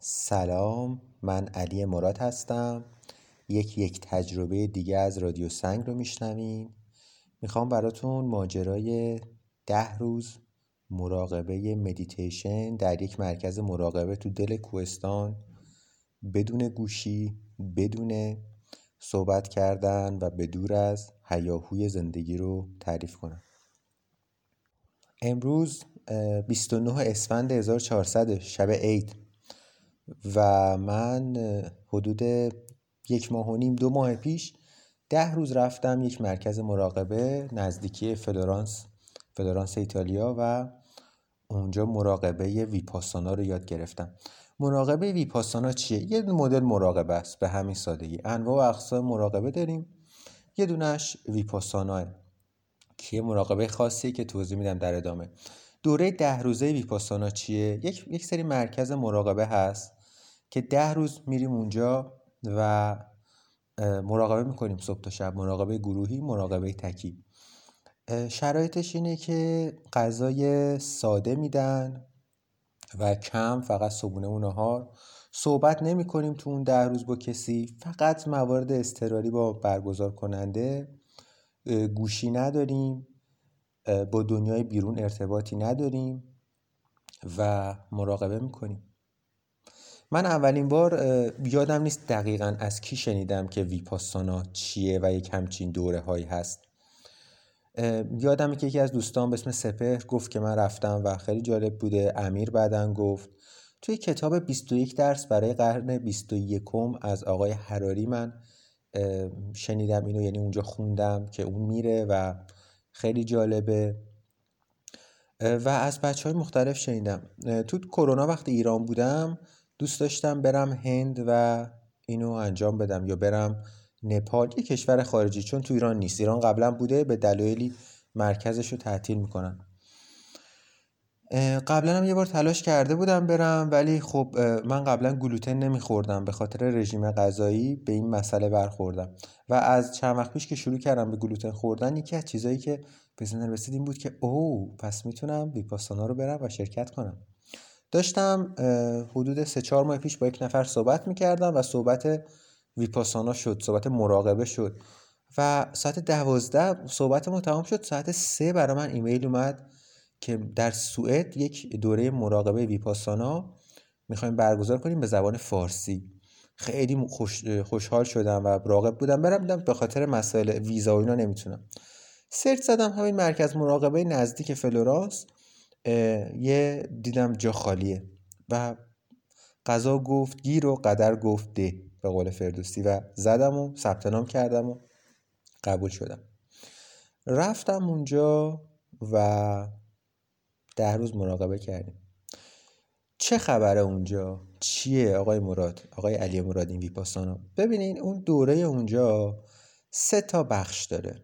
سلام، من علی مراد هستم. یک تجربه دیگه از رادیو سنگ رو میشنوین. میخوام براتون ماجرای 10 روز مراقبه مدیتیشن در یک مرکز مراقبه تو دل کوهستان بدون گوشی، بدون صحبت کردن و به دور از هیاهوی زندگی رو تعریف کنم. امروز 29 اسفند 1400 شب عید و من حدود 1.5 2 ماه پیش 10 روز رفتم یک مرکز مراقبه نزدیکی فلورانس ایتالیا و اونجا مراقبه ویپاسانا رو یاد گرفتم. مراقبه ویپاسانا چیه؟ یه مدل مراقبه است، به همین سادگی. انواع و اقسام مراقبه داریم، یه دونش ویپاساناه که مراقبه خاصی که توضیح میدم در ادامه. دوره 10 روزه ویپاسانا چیه؟ یک سری مرکز مراقبه هست که 10 روز میریم اونجا و مراقبه میکنیم، صبح تا شب، مراقبه گروهی، مراقبه تکی. شرایطش اینه که غذای ساده میدن و کم، فقط صبحونه و نهار. صحبت نمی کنیم تو اون 10 روز با کسی، فقط موارد اضطراری با برگزار کننده. گوشی نداریم، با دنیای بیرون ارتباطی نداریم و مراقبه میکنیم. من اولین بار یادم نیست دقیقاً از کی شنیدم که ویپاسانا چیه و یک همچین دوره هایی هست. یادمه که یکی از دوستان به اسم سپهر گفت که من رفتم و خیلی جالب بوده. امیر بعدن گفت. توی کتاب 21 درس برای قرن 21 از آقای حراری من شنیدم اینو، یعنی اونجا خوندم که اون میره و خیلی جالبه و از بچه‌های مختلف شنیدم. تو کرونا وقتی ایران بودم دوست داشتم برم هند و اینو انجام بدم، یا برم نپال، یه کشور خارجی، چون تو ایران نیست. ایران قبلا بوده، به دلایلی مرکزش رو تعطیل میکنن. قبلا هم یه بار تلاش کرده بودم برم، ولی خب من قبلا گلوتن نمیخوردم، به خاطر رژیم غذایی به این مسئله برخوردم و از چند وقت پیش که شروع کردم به گلوتن خوردن، یکی از چیزایی که به ذهنم رسید این بود که پس میتونم ویپاسانا رو برم و شرکت کنم. داشتم حدود 3-4 ماه پیش با یک نفر صحبت میکردم و صحبت ویپاسانا شد، صحبت مراقبه شد و ساعت 12 صحبت ما تمام شد. ساعت 3 برای من ایمیل اومد که در سوئد یک دوره مراقبه ویپاسانا میخوایم برگزار کنیم به زبان فارسی. خیلی خوشحال شدم و راغب بودم برم، به خاطر مسائل ویزا و اینا نمیتونم. سرچ زدم همین مرکز مراقبه نزدیک فلورانس، یه دیدم جا خالیه و قضا گفت گیر و قدر گفت ده، به قول فردوسی، و زدم و ثبت نام کردم و قبول شدم. رفتم اونجا و 10 روز مراقبه کردیم. چه خبره اونجا؟ چیه آقای مراد، آقای علی مراد این ویپاسانا؟ ببینین اون دوره اونجا 3 تا بخش داره.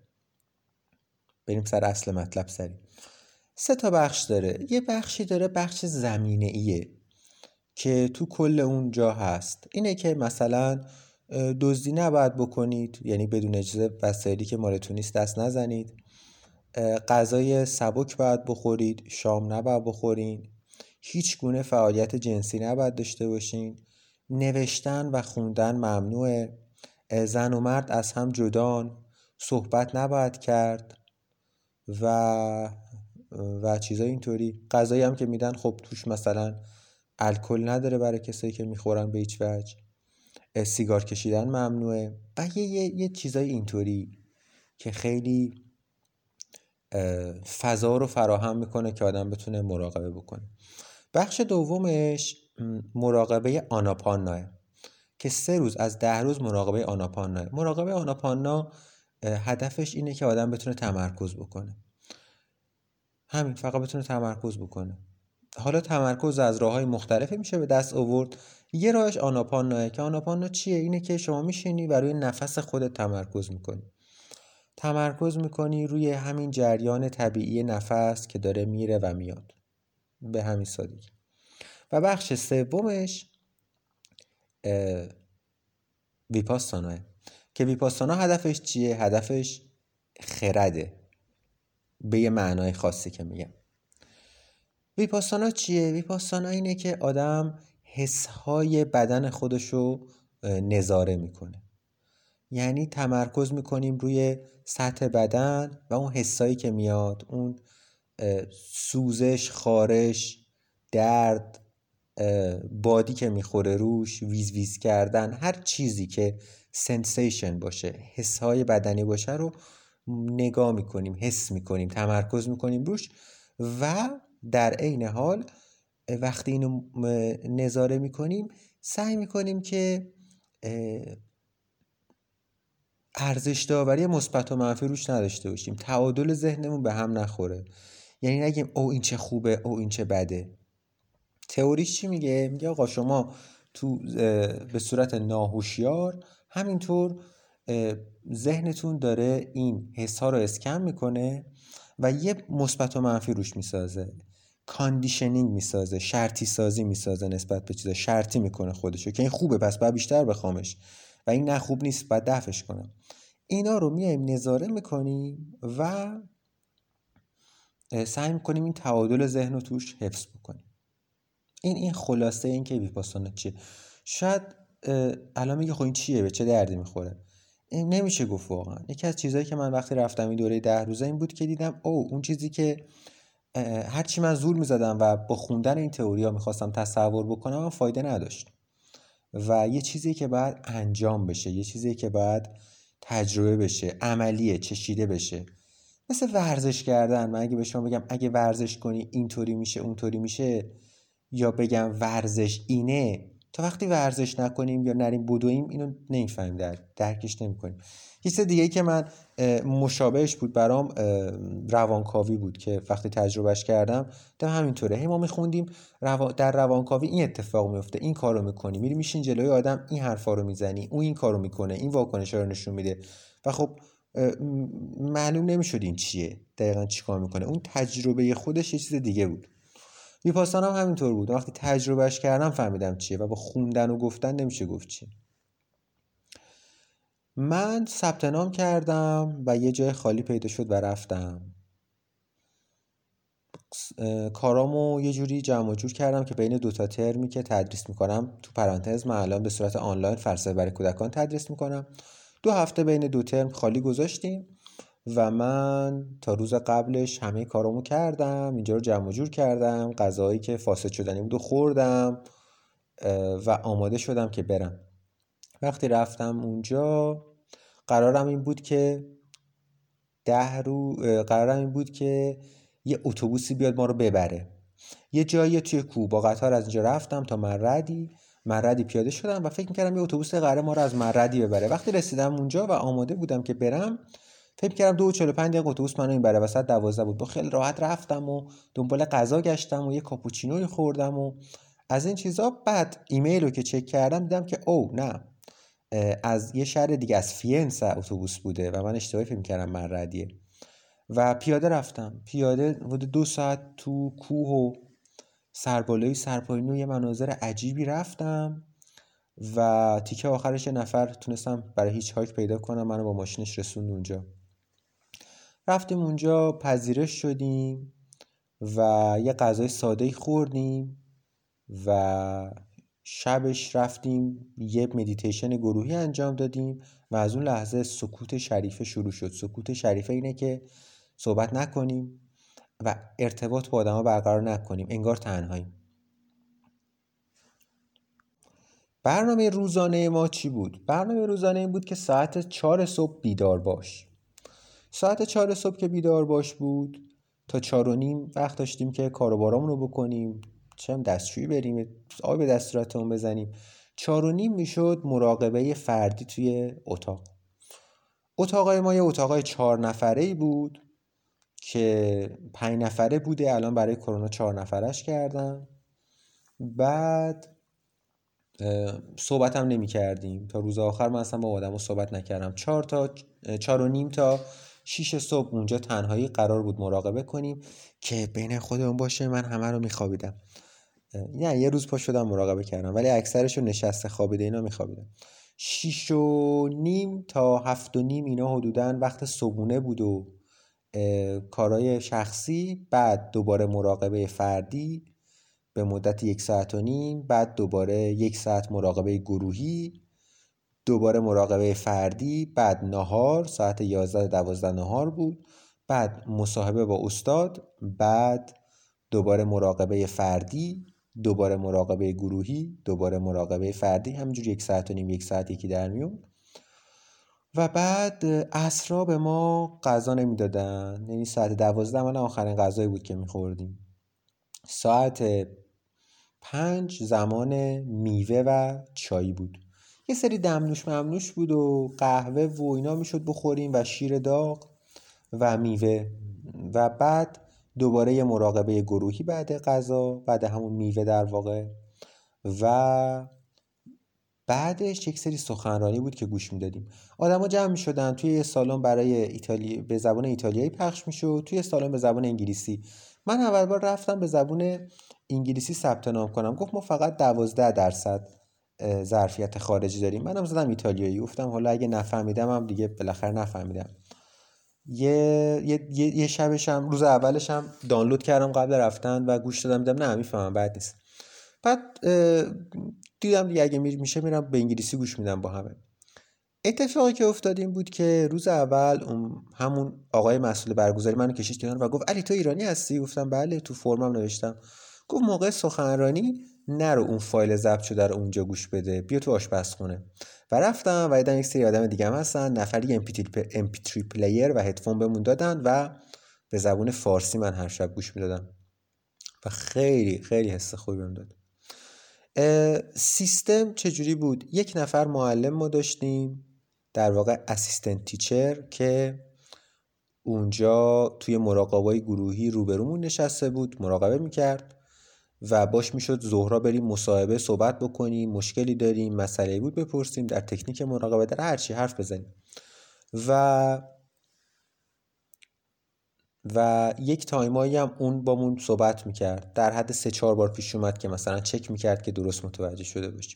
بریم سر اصل مطلب سری. 3 تا بخش داره. یه بخشی داره بخش زمینه ایه که تو کل اونجا هست. اینه که مثلا دزدی نباید بکنید، یعنی بدون اجازه وسایلی که مالتون نیست دست نزنید. غذای سبک باید بخورید، شام نباید بخورین. هیچ گونه فعالیت جنسی نباید داشته باشین. نوشتن و خوندن ممنوعه. زن و مرد از هم جدان. صحبت نباید کرد و چیزای اینطوری. غذایی هم که میدن خب توش مثلا الکل نداره برای کسایی که میخورن به هیچ وجه. سیگار کشیدن ممنوعه و یه چیزای اینطوری که خیلی فضا رو فراهم میکنه که آدم بتونه مراقبه بکنه. بخش دومش مراقبه آناپاناه که 3 روز از 10 روز مراقبه آناپاناه. مراقبه آناپانا هدفش اینه که آدم بتونه تمرکز بکنه. همین، فقط بتونه تمرکز بکنه. حالا تمرکز از راه‌های مختلفی میشه به دست آورد. یه راهش آناپاناه که آناپانا چیه؟ اینه که شما میشینی و روی نفس خودت تمرکز میکنی روی همین جریان طبیعی نفس که داره میره و میاد، به همین سادگی. و بخش سومش ویپاساناه که ویپاسانا هدفش چیه؟ هدفش خرده، به یه معنای خاصی که میگم. ویپاسانا چیه؟ ویپاسانا اینه که آدم حسهای بدن خودشو نظاره میکنه. یعنی تمرکز میکنیم روی سطح بدن و اون حسایی که میاد، اون سوزش، خارش، درد، بادی که میخوره روش، ویز ویز کردن، هر چیزی که سنسیشن باشه، حسهای بدنی باشه رو نگاه میکنیم، حس میکنیم، تمرکز میکنیم روش. و در عین حال وقتی اینو نظاره میکنیم سعی میکنیم که ارزش داوری مثبت و منفی روش نداشته باشیم، تعادل ذهنمون به هم نخوره. یعنی نگیم او این چه خوبه، او این چه بده. تئوریش چی میگه؟ میگه آقا شما تو به صورت ناهوشیار همینطور ذهنتون داره این حس ها رو اسکن میکنه و یه مثبت و منفی روش میسازه، کاندیشنینگ میسازه، شرطی سازی میسازه، نسبت به چیزا شرطی میکنه خودشو که این خوبه پس باید بیشتر بخوامش و این نه خوب نیست باید دفعش کنم. اینا رو میایم نظاره میکنیم و سعی میکنیم این تعادل ذهن رو توش حفظ بکنیم. این خلاصه این که ویپاسانا چیه. شاید الان میگه خب این چیه، به چه دردی میخوره؟ این نمیشه گفت واقعا. یکی از چیزایی که من وقتی رفتم این دوره 10 روزه این بود که دیدم اون چیزی که هرچی من زور میزدم و با خوندن این تئوریا میخواستم تصور بکنم فایده نداشت و یه چیزی که باید انجام بشه، یه چیزی که باید تجربه بشه، عملیه، چشیده بشه. مثل ورزش کردن. من اگه به شما بگم اگه ورزش کنی اینطوری میشه اونطوری میشه، یا بگم ورزش اینه، تا وقتی ورزش نکنیم یا نریم بدویم اینو نمیفهمیم، درکش نمیکنیم. یه چیز دیگه ای که من مشابهش بود برام روانکاوی بود که وقتی تجربهش کردم دیدم همینطوره. ما میخوندیم در روانکاوی این اتفاق میفته، این کارو میکنی، میری میشین جلوی آدم این حرفا رو میزنی، اون این کارو میکنه، این واکنشا رو نشون میده و خب معلوم نمیشد این چیه، دقیقاً چیکار میکنه. اون تجربه خودش یه چیز دیگه بود. ویپاسانا هم همینطور بود. وقتی تجربهش کردم فهمیدم چیه و با خوندن و گفتن نمیشه گفت چیه. من ثبت نام کردم و یه جای خالی پیدا شد و رفتم. کارامو یه جوری جمع جور کردم که بین دوتا ترمی که تدریس میکنم، تو پرانتز من الان به صورت آنلاین فلسفه برای کودکان تدریس میکنم، 2 هفته بین 2 ترم خالی گذاشتیم و من تا روز قبلش همه کارامو کردم، اینجا رو جمع جور کردم، غذایی که فاسد شدنی بود و خوردم و آماده شدم که برم. وقتی رفتم اونجا قرارم این بود که یه اتوبوسی بیاد ما رو ببره یه جایی توی کوه. با قطار از اینجا رفتم تا مردی پیاده شدم و فکر میکردم یه اتوبوس قراره ما رو از مردی ببره. وقتی رسیدم اونجا و آماده بودم که برم، فکر میکردم 2:45 دقیقه اتوبوس منو این بره و ساعت 12 بود. با خیلی راحت رفتم و دنبال غذا گشتم و یه کاپوچینوی خوردم و از این چیزا. بعد ایمیل رو که چک کردم دیدم که نه، از یه شهر دیگه، از فینس اتوبوس بوده و من اشتباهی فکر می‌کردم مردیه و پیاده رفتم. پیاده حدود 2 ساعت تو کوه و سربالایی سرپایینی و یه مناظر عجیبی رفتم و تیکه آخرش یه نفر تونستم برای هیچ هایک پیدا کنم، منو با ماشینش رسوند اونجا. رفتیم اونجا، پذیرش شدیم و یه غذای ساده‌ای خوردیم و شبش رفتیم یه مدیتیشن گروهی انجام دادیم و از اون لحظه سکوت شریفه شروع شد. سکوت شریفه اینه که صحبت نکنیم و ارتباط با آدما برقرار نکنیم، انگار تنهاییم. برنامه روزانه ما چی بود؟ برنامه روزانه این بود که ساعت 4 صبح بیدار باش. ساعت 4 صبح که بیدار باش بود تا 4:30 وقت داشتیم که کاروبارامون رو بکنیم، دستشویی بریم، آب به دست صورتمون بزنیم. 4:30 میشد مراقبه فردی توی اتاقای ما. یه اتاقای 4 نفره‌ای بود که 5 نفره بوده، الان برای کرونا 4 نفرش کردن. بعد صحبت هم نمی کردیم تا روز آخر. من اصلا با آدم صحبت نکردم. 4:30 تا 6 صبح اونجا تنهایی قرار بود مراقبه کنیم که بین خودمون باشه. من همه رو میخوابیدم، نه یه روز پا شدم مراقبه کردم ولی اکثرشو نشسته خوابیده اینا میخوابیدم. 6:30 تا 7:30 اینا حدوداً وقت صبحونه بود و کارهای شخصی. بعد دوباره مراقبه فردی به مدت 1.5 ساعت، بعد دوباره 1 ساعت مراقبه گروهی، دوباره مراقبه فردی، بعد نهار ساعت 11-12 نهار بود، بعد مصاحبه با استاد، بعد دوباره مراقبه فردی، دوباره مراقبه گروهی، دوباره مراقبه فردی، همینجور 1.5 ساعت 1 ساعت یکی در میون. و بعد عصرا به ما غذا نمیدادن، یعنی ساعت 12 من آخرین غذایی بود که میخوردیم. ساعت 5 زمان میوه و چای بود. یه سری دمنوش ممنوش بود و قهوه و اینا میشد بخوریم و شیر داغ و میوه. و بعد دوباره یه مراقبه گروهی بعد غذا، بعد همون میوه در واقع. و بعدش یک سری سخنرانی بود که گوش میدادیم. آدما جمع میشدن توی یه سالن، برای ایتالی به زبان ایتالیایی پخش میشد، توی سالن به زبان انگلیسی. من اول بار رفتم به زبان انگلیسی ثبت نام کنم، گفت ما فقط 12% ظرفیت خارجی داریم. منم زدم ایتالیایی، گفتم حالا اگه نفهمیدم هم دیگه بالاخره نفهمیدم. یه شبشم، روز اولشم دانلود کردم قبل رفتن و گوش دادم، دیدم نه میفهمم، بد نیست. بعد دیدم دیگه اگه میشه میرم به انگلیسی گوش میدم با همه. اتفاقی که افتاد این بود که روز اول همون آقای مسئول برگزاری منو کشید کنار و گفت علی تو ایرانی هستی؟ گفتم بله، تو فرمم نوشتم. گفت موقع سخنرانی نرو اون فایل ضبط شده رو اونجا گوش بده، بیا تو آشپزخونه. و رفتم و دیدم یک سری آدم دیگه هم هستن، نفری MP3 پلیر و هدفون بهمون دادن و به زبان فارسی من هر شب گوش میدادم و خیلی خیلی حس خوبی بهم داد. سیستم چجوری بود؟ 1 نفر معلم ما داشتیم، در واقع اسیستنت تیچر، که اونجا توی مراقبه‌های گروهی روبرومون نشسته بود، مراقبه میکرد و باش میشد ظهرا بریم مصاحبه صحبت بکنیم، مشکلی داریم، مسئله‌ای بود بپرسیم، در تکنیک مراقبه در هر چی حرف بزنیم. و یک تایمایی هم اون با مون صحبت میکرد، در حد 3-4 بار پیش اومد که مثلا چک میکرد که درست متوجه شده باشیم.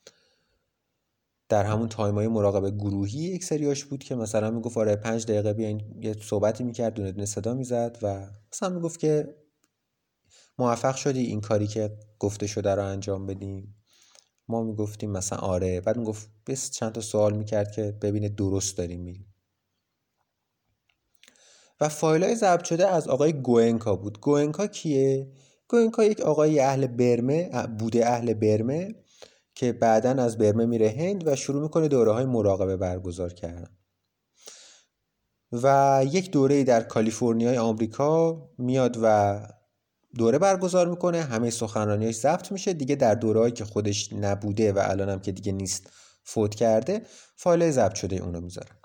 در همون تایمای مراقبه گروهی یک سریاش بود که مثلا میگفت آره 5 دقیقه بیاین، یه صحبتی میکرد، دونه دونه صدا میزد و مثلا میگفت که موفق شدی این کاری که گفته شده رو انجام بدیم. ما میگفتیم مثلا آره. بعد میگفت بس چند تا سوال میکرد که ببینه درست داریم میریم. و فایلای ضبط شده از آقای گوئنکا بود. گوئنکا کیه؟ گوئنکا یک آقای اهل برمه که بعداً از برمه میره هند و شروع میکنه دوره‌های مراقبه برگزار کردن. و یک دوره در کالیفرنیای آمریکا میاد و دوره برگزار میکنه، همه سخنرانیاش ضبط میشه دیگه. در دوره‌ای که خودش نبوده و الانم که دیگه نیست، فوت کرده، فایل ضبط شده اونو میذارن.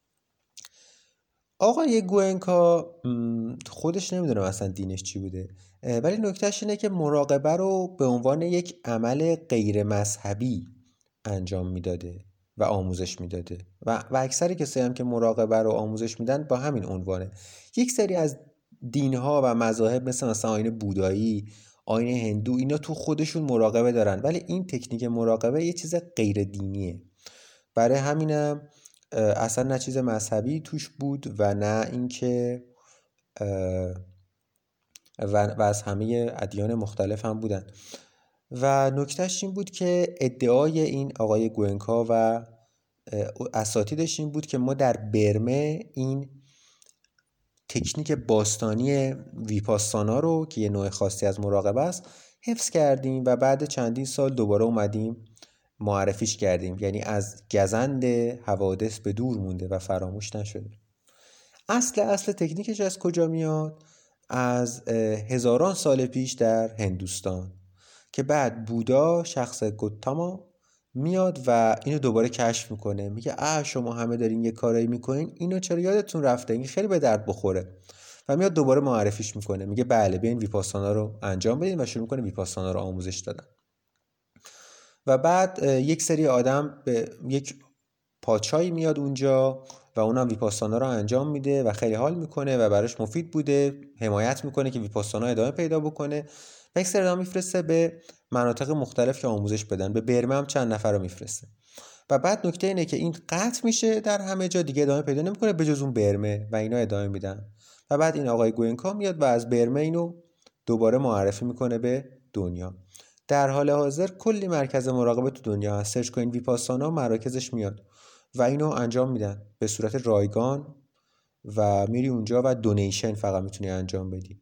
آقای گوئنکا خودش نمیدونه مثلا دینش چی بوده، ولی نکتهش اینه که مراقبه رو به عنوان یک عمل غیر مذهبی انجام میداده و آموزش میداده و اکثر کسایی هم که مراقبه رو آموزش میدن با همین عنوانه. یک سری از دینها و مذاهب مثلا آیین بودایی، آیین هندو، اینا تو خودشون مراقبه دارن، ولی این تکنیک مراقبه یه چیز غیر دینیه. برای همینم اصلا نه چیز مذهبی توش بود و نه اینکه و از همه ادیان مختلف هم بودن. و نکتهش این بود که ادعای این آقای گوئنکا و اساتیدش این بود که ما در برمه این تکنیک باستانی ویپاسانا رو که یه نوع خاصی از مراقبه است حفظ کردیم و بعد چندین سال دوباره اومدیم معرفیش کردیم، یعنی از گزند حوادث به دور مونده و فراموش نشده. اصل تکنیکش از کجا میاد؟ از هزاران سال پیش در هندوستان که بعد بودا، شخص گوتاما، میاد و اینو دوباره کشف میکنه، میگه شما همه دارین یه کارایی میکنین، اینو چرا یادتون رفته، این خیلی به درد بخوره. و میاد دوباره معرفیش میکنه، میگه بله بیاین ویپاسانا رو انجام بدین و شروع میکنه ویپاسانا رو آموزش دادن. و بعد یک سری آدم به یک پادشاهی میاد اونجا و اونم ویپاسانا رو انجام میده و خیلی حال میکنه و براش مفید بوده، حمایت میکنه که ویپاسانا ادامه پیدا بکنه و یک سری آدم میفرسته به مناطق مختلف که آموزش بدن. به برمه هم چند نفر رو میفرسته و بعد نکته اینه که این قطع میشه، در همه جا دیگه ادامه پیدا نمیکنه به جز اون برمه و اینا ادامه میدن. و بعد این آقای گوئنکا میاد و از برمه اینو دوباره معرفی میکنه به دنیا. در حال حاضر کلی مرکز مراقبه تو دنیا هست، سرچ کنین ویپاسانا مراکزش میاد و اینو انجام میدن به صورت رایگان و میری اونجا و دونیشن فقط میتونی انجام بدی.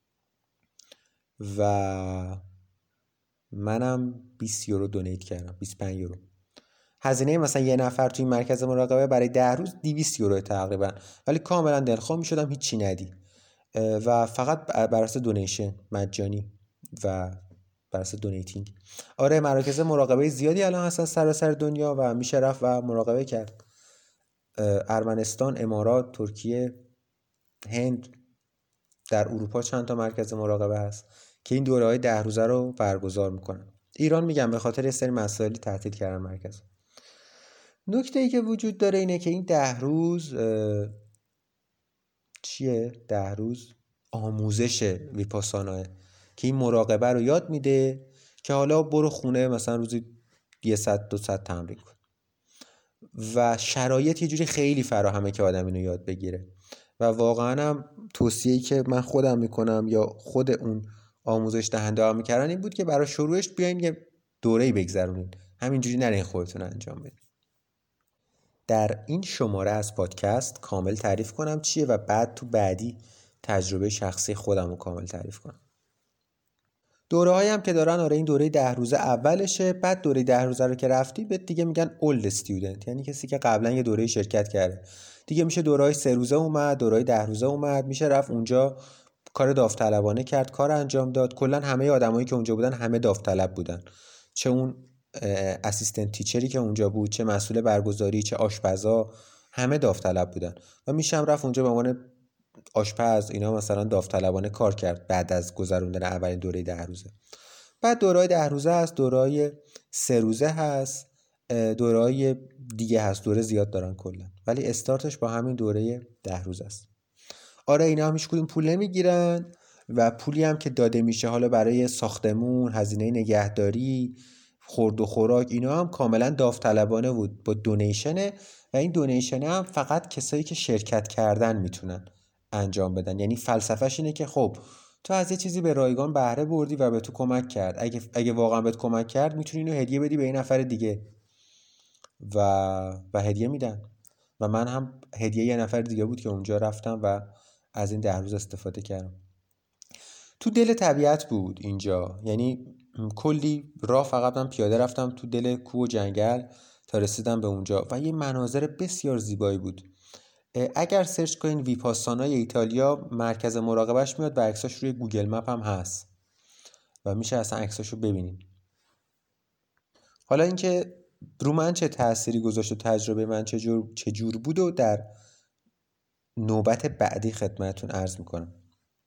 و منم 20 یورو دونیت کردم، 25 یورو. هزینه مثلا یه نفر توی مرکز مراقبه برای 10 روز 200 یورو تقریبا، ولی کاملا دلخواه میشدم هیچی ندی و فقط بر اساس دونیشن مجانی و بر اساس دونیتینگ. آره مراکز مراقبه زیادی الان هستن سراسر دنیا و میشه رفت و مراقبه کرد. ارمنستان، امارات، ترکیه، هند، در اروپا چند تا مرکز مراقبه هست که این دوره‌های 10 روزه رو برگزار میکنن. ایران میگم به خاطر یه سری مسائلی تعطیل کردن مرکز. نکته‌ای که وجود داره اینه که این 10 روز 10 روز آموزش ویپاساناه که این مراقبه رو یاد میده که حالا برو خونه مثلا روزی 100-200 تمرین کن و شرایط یه جوری خیلی فراهمه که آدم اینو یاد بگیره و واقعا هم توصیه‌ای که من خودم میکنم یا خود اون آموزش دهنده ها میکردن این بود که برای شروعش بیاین یه دوره‌ای بگذرونین، همینجوری نرین خودتون انجام بدین. در این شماره از پادکست کامل تعریف کنم چیه و بعد تو بعدی تجربه شخصی خودم رو کامل تعریف کنم. دوره هایی هم که دارن، آره این دوره 10 روزه اولشه، بعد دوره 10 روزه رو که رفتی به دیگه میگن اولد استودنت، یعنی کسی که قبلا یه دوره شرکت کرده. دیگه میشه دوره های 3 روزه اومد، دوره های 10 روزه اومد، میشه رفت اونجا کار داوطلبانه کرد، کار انجام داد. کلا همه آدمایی که اونجا بودن همه داوطلب بودن، چه اون اسیستنت تیچری که اونجا بود، چه مسئول برگزاری، چه آشپزا، همه داوطلب بودن و میشم رفت اونجا به عنوان آشپز اینا مثلا داوطلبانه کار کرد بعد از گذروندن اولین دوره 10 روزه. بعد دوره‌های 10 روزه هست، دوره‌های 3 روزه هست، دوره‌های دیگه هست، دوره زیاد دارن کلا، ولی استارتش با همین دوره 10 روزه است. آره اینا هم هیچ کدوم پول نمیگیرن و پولی هم که داده میشه حالا برای ساختمون، هزینه نگهداری، خورد و خوراک، اینا هم کاملا داوطلبانه بود با دونیشنه و این دونیشنه هم فقط کسایی که شرکت کردن میتونن انجام بدن. یعنی فلسفهش اینه که خب تو از یه چیزی به رایگان بهره بردی و به تو کمک کرد، اگه واقعا بهت کمک کرد میتونی اینو هدیه بدی به این نفر دیگه و هدیه میدن. و من هم هدیه یه نفر دیگه بود که اونجا رفتم و از این 10 روز استفاده کردم. تو دل طبیعت بود اینجا، یعنی کلی راه فقط من پیاده رفتم تو دل کوه و جنگل تا رسیدم به اونجا و یه مناظر بسیار زیبایی بود. اگر سرچ کنین ویپاسانای ایتالیا مرکز مراقبهش میاد و عکساش روی گوگل مپ هم هست و میشه اصلا عکساشو ببینین. حالا اینکه رو من چه تأثیری گذاشت و تجربه من چه جور بود و در نوبت بعدی خدمتتون عرض میکنم.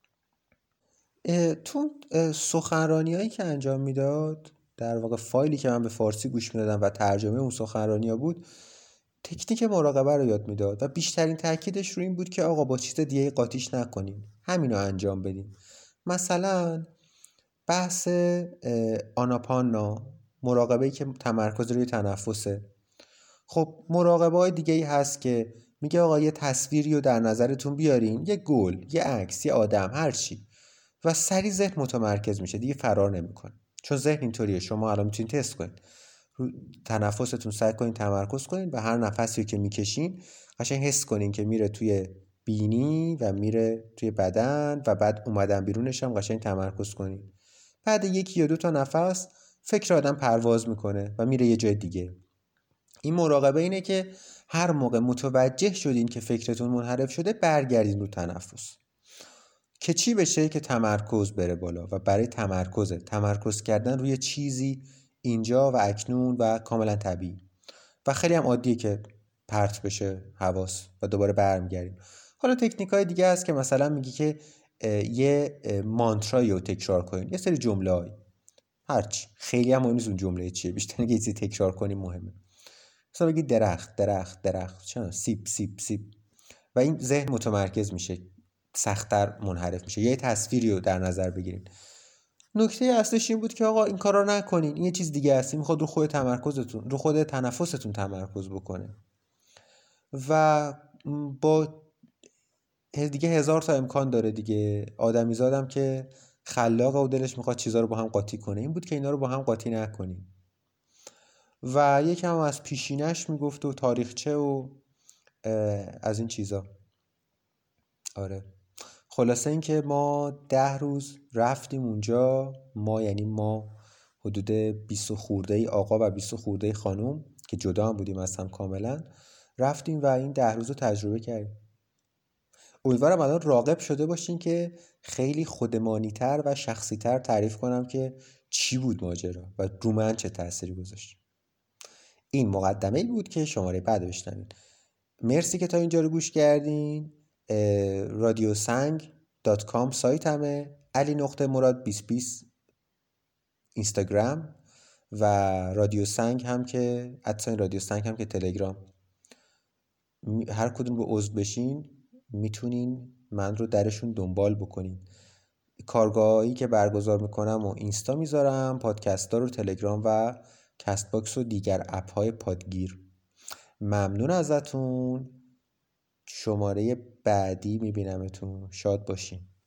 تو سخنرانی هایی که انجام میداد، در واقع فایلی که من به فارسی گوش میدادم و ترجمه اون سخنرانی ها بود، تکنیک مراقبه رو یاد میداد و بیشترین تاکیدش رو این بود که آقا با چیز دیگه قاطیش نکنیم، همینو انجام بدیم. مثلا بحث آناپانا، مراقبه‌ای که تمرکز روی تنفسه. خب مراقبه های دیگه ای هست که میگه آقا یه تصویری رو در نظرتون بیارین، یه گل، یه عکس، یه آدم، هر چی، و سریع ذهن متمرکز میشه، دیگه فرار نمیکنه. چون ذهن اینطوریه، شما الان میتونید تست کنید، رو تنفستون سعی کنین تمرکز کنین و هر نفسی که میکشین قشنگ حس کنین که میره توی بینی و میره توی بدن و بعد اومدن بیرونش هم قشنگ تمرکز کنین. بعد 1 یا 2 تا نفس فکر آدم پرواز میکنه و میره یه جای دیگه. این مراقبه اینه که هر موقع متوجه شدین که فکرتون منحرف شده برگردین رو تنفس، که چی بشه؟ که تمرکز بره بالا و برای تمرکز کردن روی چیزی اینجا و اکنون و کاملا طبیعی و خیلی هم عادیه که پرت بشه حواس و دوباره برمیگردیم. حالا تکنیک های دیگه هست که مثلا میگی که یه مانترایی رو تکرار کنین، یه سری جمله‌ای، هرچی، خیلی هم مهم نیست اون جمله چیه، بیشتر اینکه چیزی تکرار کنیم مهمه. مثلا بگی درخت درخت درخت، چرا سیب سیب سیب، و این ذهن متمرکز میشه، سخت‌تر منحرف میشه. یه تصویری رو در نظر بگیرین. نکته اصلیش این بود که آقا این کارا نکنین، این یه چیز دیگه است، میخواد رو خود تنفستون تمرکز بکنه و با دیگه 1000 تا امکان داره دیگه. آدمیزادم که خلاقه و دلش میخواد چیزا رو با هم قاطی کنه، این بود که اینا رو با هم قاطی نکنیم. و یکم از پیشینش میگفت و تاریخچه و از این چیزا. آره، خلاصه این که ما 10 روز رفتیم اونجا، ما یعنی ما حدود 20 خورده ای آقا و 20 خورده ای خانوم که جدا هم بودیم از هم کاملا، رفتیم و این 10 روز رو تجربه کردیم. امیدوارم الان راغب شده باشین که خیلی خودمانی‌تر و شخصی‌تر تعریف کنم که چی بود ماجرا و رو من چه تأثیری گذاشت. این مقدمه ای بود که شماره بعد بشنوین. مرسی که تا اینجا رو گوش کردین. radiosang.com سایت همه، علی_مراد 2020 اینستاگرام و رادیو سنگ هم که رادیو سنگ هم که تلگرام. هر کدوم رو عضو بشین میتونین من رو درشون دنبال بکنین. کارگاهی که برگزار میکنم و اینستا میذارم، پادکست ها رو تلگرام و کست باکس و دیگر اپ های پادگیر. ممنون ازتون. شماره بعدی میبینمتون. شاد باشین.